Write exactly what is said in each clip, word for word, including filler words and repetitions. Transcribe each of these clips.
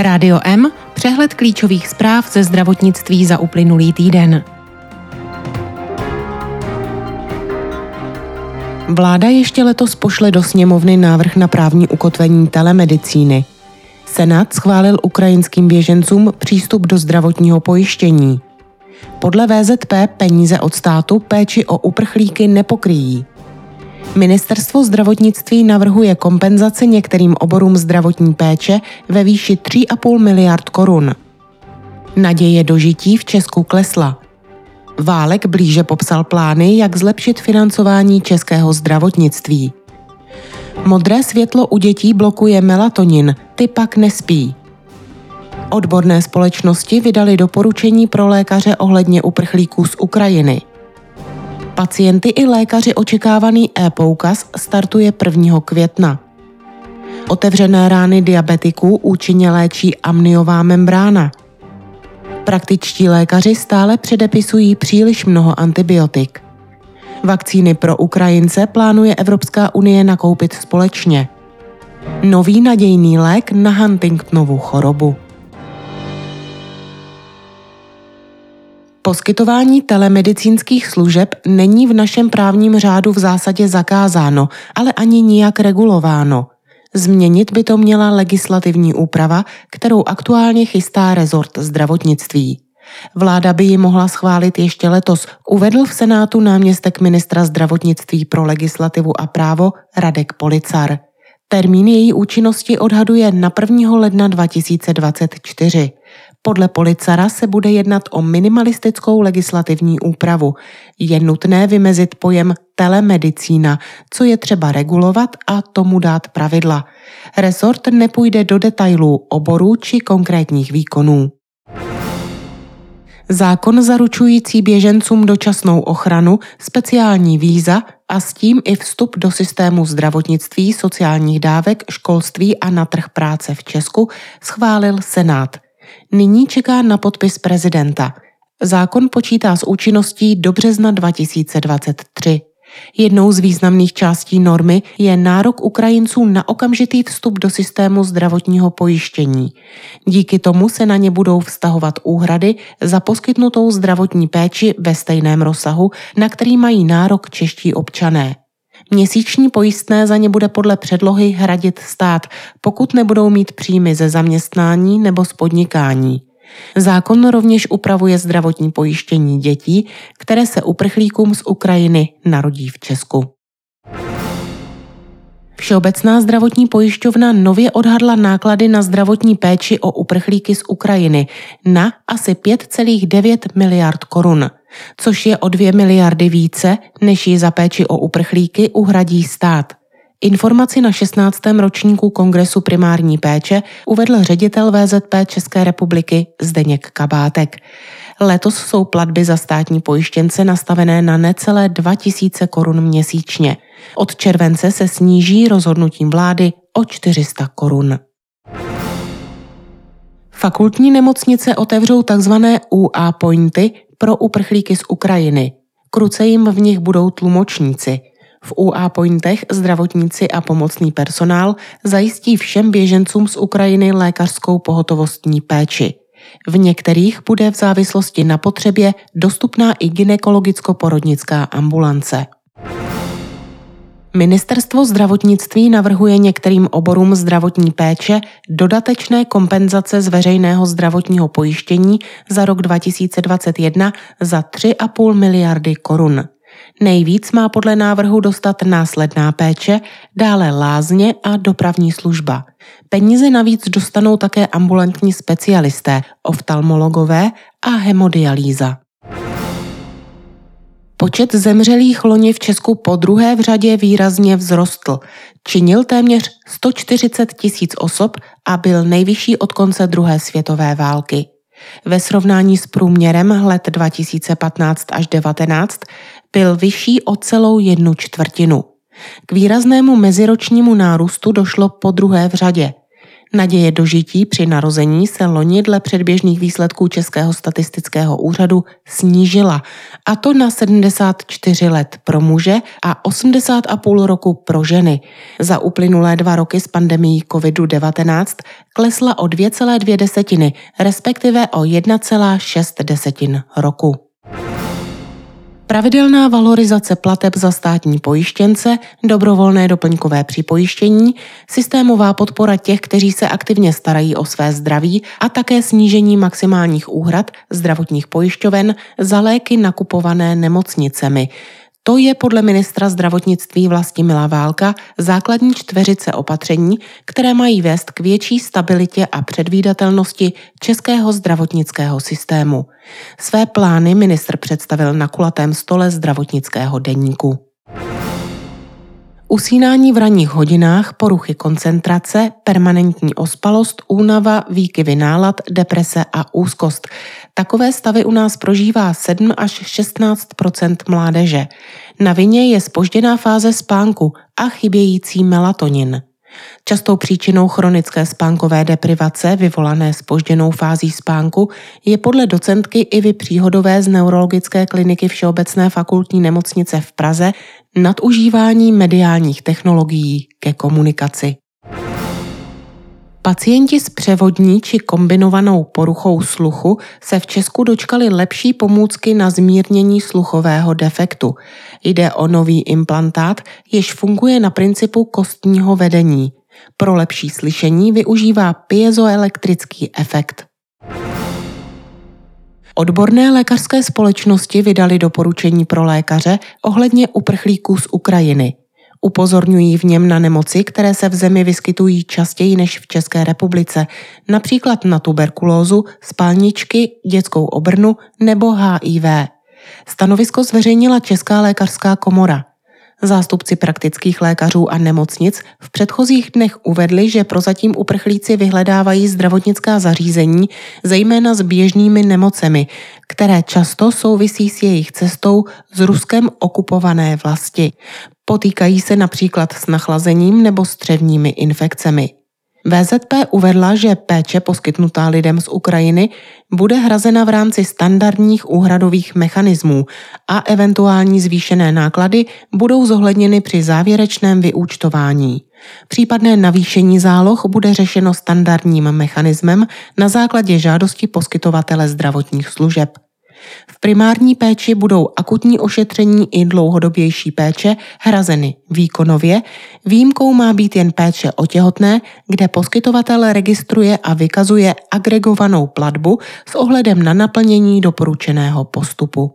Rádio M, přehled klíčových zpráv ze zdravotnictví za uplynulý týden. Vláda ještě letos pošle do sněmovny návrh na právní ukotvení telemedicíny. Senát schválil ukrajinským běžencům přístup do zdravotního pojištění. Podle V Z P peníze od státu péči o uprchlíky nepokryjí. Ministerstvo zdravotnictví navrhuje kompenzaci některým oborům zdravotní péče ve výši tři a půl miliard korun. Naděje dožití v Česku klesla. Válek blíže popsal plány, jak zlepšit financování českého zdravotnictví. Modré světlo u dětí blokuje melatonin, ty pak nespí. Odborné společnosti vydaly doporučení pro lékaře ohledně uprchlíků z Ukrajiny. Pacienty i lékaři očekávaný e-poukaz startuje prvního května. Otevřené rány diabetiků účinně léčí amniová membrána. Praktičtí lékaři stále předepisují příliš mnoho antibiotik. Vakcíny pro Ukrajince plánuje Evropská unie nakoupit společně. Nový nadějný lék na Huntingtonovu chorobu. Poskytování telemedicínských služeb není v našem právním řádu v zásadě zakázáno, ale ani nijak regulováno. Změnit by to měla legislativní úprava, kterou aktuálně chystá rezort zdravotnictví. Vláda by ji mohla schválit ještě letos, uvedl v Senátu náměstek ministra zdravotnictví pro legislativu a právo Radek Policar. Termín její účinnosti odhaduje na prvního ledna dva tisíce dvacet čtyři. Podle Policara se bude jednat o minimalistickou legislativní úpravu. Je nutné vymezit pojem telemedicína, co je třeba regulovat a tomu dát pravidla. Resort nepůjde do detailů oborů či konkrétních výkonů. Zákon zaručující běžencům dočasnou ochranu, speciální víza a s tím i vstup do systému zdravotnictví, sociálních dávek, školství a na trh práce v Česku schválil Senát. Nyní čeká na podpis prezidenta. Zákon počítá s účinností do března dva tisíce dvacet tři. Jednou z významných částí normy je nárok Ukrajinců na okamžitý vstup do systému zdravotního pojištění. Díky tomu se na ně budou vztahovat úhrady za poskytnutou zdravotní péči ve stejném rozsahu, na který mají nárok čeští občané. Měsíční pojistné za ně bude podle předlohy hradit stát, pokud nebudou mít příjmy ze zaměstnání nebo z podnikání. Zákon rovněž upravuje zdravotní pojištění dětí, které se uprchlíkům z Ukrajiny narodí v Česku. Všeobecná zdravotní pojišťovna nově odhadla náklady na zdravotní péči o uprchlíky z Ukrajiny na asi pět celá devět miliard korun, což je o dvě miliardy více, než ji za péči o uprchlíky uhradí stát. Informaci na šestnáctém ročníku Kongresu primární péče uvedl ředitel V Z P České republiky Zdeněk Kabátek. Letos jsou platby za státní pojištěnce nastavené na necelé dva tisíce korun měsíčně. Od července se sníží rozhodnutím vlády o čtyři sta korun. Fakultní nemocnice otevřou tzv. U A pointy pro uprchlíky z Ukrajiny. Kruce jim v nich budou tlumočníci. V U A pointech zdravotníci a pomocný personál zajistí všem běžencům z Ukrajiny lékařskou pohotovostní péči. V některých bude v závislosti na potřebě dostupná i gynekologicko-porodnická ambulance. Ministerstvo zdravotnictví navrhuje některým oborům zdravotní péče dodatečné kompenzace z veřejného zdravotního pojištění za rok dva tisíce dvacet jedna za tři a půl miliardy korun. Nejvíc má podle návrhu dostat následná péče, dále lázně a dopravní služba. Peníze navíc dostanou také ambulantní specialisté, oftalmologové a hemodialýza. Počet zemřelých loni v Česku po druhé v řadě výrazně vzrostl. Činil téměř sto čtyřicet tisíc osob a byl nejvyšší od konce druhé světové války. Ve srovnání s průměrem let dva tisíce patnáct až devatenáct byl vyšší o celou jednu čtvrtinu. K výraznému meziročnímu nárůstu došlo po druhé v řadě. Naděje dožití při narození se loni dle předběžných výsledků Českého statistického úřadu snížila, a to na sedmdesát čtyři let pro muže a osmdesát a půl roku pro ženy. Za uplynulé dva roky s pandemií covid devatenáct klesla o dvě celé dvě desetiny, respektive o jedna celá šest desetin roku. Pravidelná valorizace plateb za státní pojištěnce, dobrovolné doplňkové připojištění, systémová podpora těch, kteří se aktivně starají o své zdraví a také snížení maximálních úhrad zdravotních pojišťoven za léky nakupované nemocnicemi. To je podle ministra zdravotnictví Vlastimila Válka základní čtveřice opatření, které mají vést k větší stabilitě a předvídatelnosti českého zdravotnického systému. Své plány ministr představil na kulatém stole zdravotnického deníku. Usínání v ranních hodinách, poruchy koncentrace, permanentní ospalost, únava, výkyvy nálad, deprese a úzkost. Takové stavy u nás prožívá sedm až šestnáct procent mládeže. Na vině je zpožděná fáze spánku a chybějící melatonin. Častou příčinou chronické spánkové deprivace vyvolané zpožděnou fází spánku je podle docentky Ivy Příhodové z Neurologické kliniky Všeobecné fakultní nemocnice v Praze nadužívání mediálních technologií ke komunikaci. Pacienti s převodní či kombinovanou poruchou sluchu se v Česku dočkali lepší pomůcky na zmírnění sluchového defektu. Jde o nový implantát, jež funguje na principu kostního vedení. Pro lepší slyšení využívá piezoelektrický efekt. Odborné lékařské společnosti vydali doporučení pro lékaře ohledně uprchlíků z Ukrajiny. Upozorňují v něm na nemoci, které se v zemi vyskytují častěji než v České republice, například na tuberkulózu, spalničky, dětskou obrnu nebo H I V. Stanovisko zveřejnila Česká lékařská komora. Zástupci praktických lékařů a nemocnic v předchozích dnech uvedli, že prozatím uprchlíci vyhledávají zdravotnická zařízení, zejména s běžnými nemocemi, které často souvisí s jejich cestou z Ruskem okupované vlasti. Potýkají se například s nachlazením nebo střevními infekcemi. V Z P uvedla, že péče poskytnutá lidem z Ukrajiny bude hrazena v rámci standardních úhradových mechanismů a eventuální zvýšené náklady budou zohledněny při závěrečném vyúčtování. Případné navýšení záloh bude řešeno standardním mechanismem na základě žádosti poskytovatele zdravotních služeb. V primární péči budou akutní ošetření i dlouhodobější péče hrazeny výkonově, výjimkou má být jen péče o těhotné, kde poskytovatel registruje a vykazuje agregovanou platbu s ohledem na naplnění doporučeného postupu.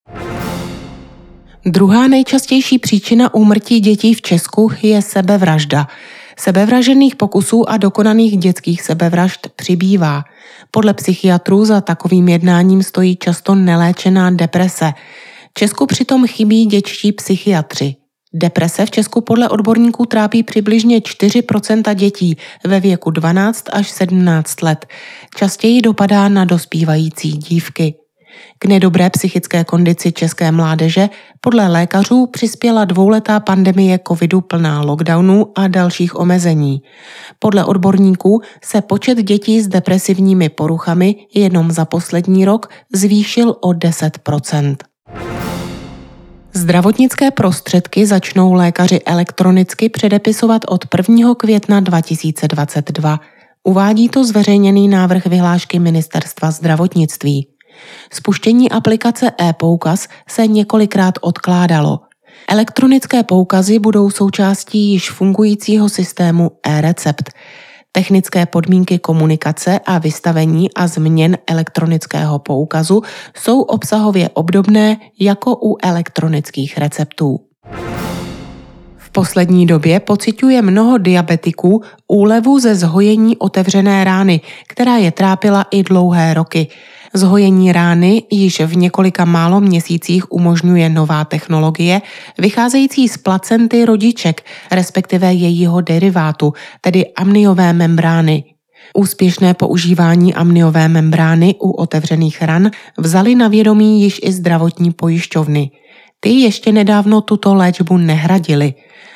Druhá nejčastější příčina úmrtí dětí v Česku je sebevražda. Sebevražených pokusů a dokonaných dětských sebevražd přibývá. Podle psychiatrů za takovým jednáním stojí často neléčená deprese. Česku přitom chybí dětští psychiatři. Deprese v Česku podle odborníků trápí přibližně čtyři procenta dětí ve věku dvanáct až sedmnáct let. Častěji dopadá na dospívající dívky. K nedobré psychické kondici české mládeže podle lékařů přispěla dvouletá pandemie covidu plná lockdownů a dalších omezení. Podle odborníků se počet dětí s depresivními poruchami jenom za poslední rok zvýšil o deset procent. Zdravotnické prostředky začnou lékaři elektronicky předepisovat od prvního května dva tisíce dvacet dva. Uvádí to zveřejněný návrh vyhlášky Ministerstva zdravotnictví. Spuštění aplikace e-poukaz se několikrát odkládalo. Elektronické poukazy budou součástí již fungujícího systému e-recept. Technické podmínky komunikace a vystavení a změn elektronického poukazu jsou obsahově obdobné jako u elektronických receptů. V poslední době pociťuje mnoho diabetiků úlevu ze zhojení otevřené rány, která je trápila i dlouhé roky. Zhojení rány již v několika málo měsících umožňuje nová technologie, vycházející z placenty rodiček, respektive jejího derivátu, tedy amniové membrány. Úspěšné používání amniové membrány u otevřených ran vzaly na vědomí již i zdravotní pojišťovny. Ty ještě nedávno tuto léčbu nehradily.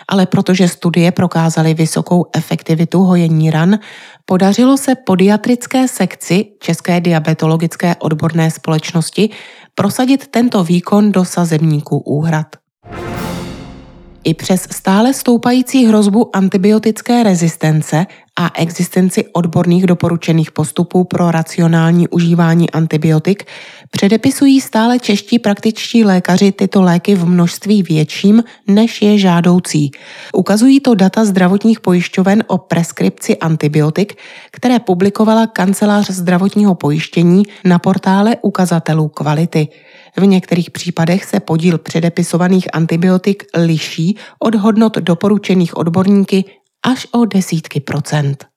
ale protože studie prokázaly vysokou efektivitu hojení ran, podařilo se podiatrické sekci České diabetologické odborné společnosti prosadit tento výkon do sazebníku úhrad. I přes stále stoupající hrozbu antibiotické rezistence a existenci odborných doporučených postupů pro racionální užívání antibiotik předepisují stále čeští praktičtí lékaři tyto léky v množství větším, než je žádoucí. Ukazují to data zdravotních pojišťoven o preskripci antibiotik, které publikovala Kancelář zdravotního pojištění na portále ukazatelů kvality. V některých případech se podíl předepisovaných antibiotik liší od hodnot doporučených odborníky až o desítky procent.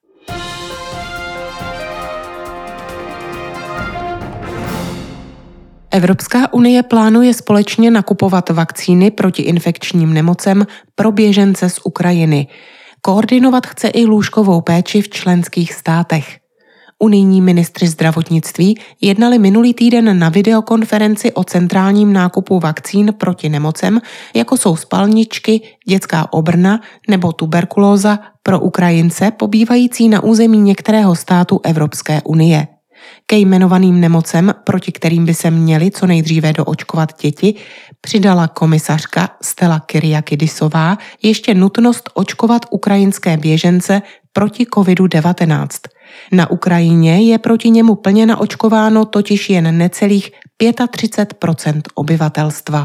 Evropská unie plánuje společně nakupovat vakcíny proti infekčním nemocem pro běžence z Ukrajiny. Koordinovat chce i lůžkovou péči v členských státech. Unijní ministři zdravotnictví jednali minulý týden na videokonferenci o centrálním nákupu vakcín proti nemocem, jako jsou spalničky, dětská obrna nebo tuberkulóza pro Ukrajince pobývající na území některého státu Evropské unie. Ke jmenovaným nemocem, proti kterým by se měly co nejdříve doočkovat děti, přidala komisařka Stella Kyriakidisová ještě nutnost očkovat ukrajinské běžence proti kovidu devatenáct. Na Ukrajině je proti němu plně naočkováno totiž jen necelých třicet pět procent obyvatelstva.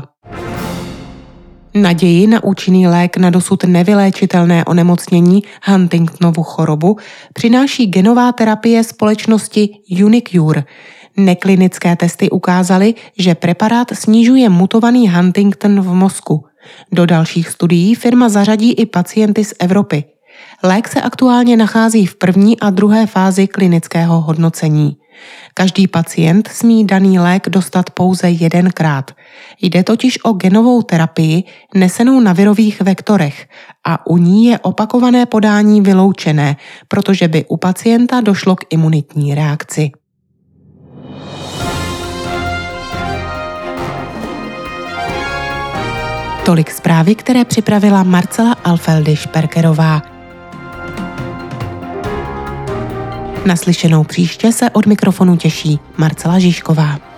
Naději na účinný lék na dosud nevyléčitelné onemocnění Huntingtonovu chorobu přináší genová terapie společnosti uniQure. Neklinické testy ukázaly, že preparát snižuje mutovaný Huntington v mozku. Do dalších studií firma zařadí i pacienty z Evropy. Lék se aktuálně nachází v první a druhé fázi klinického hodnocení. Každý pacient smí daný lék dostat pouze jedenkrát. Jde totiž o genovou terapii nesenou na virových vektorech a u ní je opakované podání vyloučené, protože by u pacienta došlo k imunitní reakci. Tolik zprávy, které připravila Marcela Alfeldy-Šperkerová. Naslyšenou příště se od mikrofonu těší Marcela Žižková.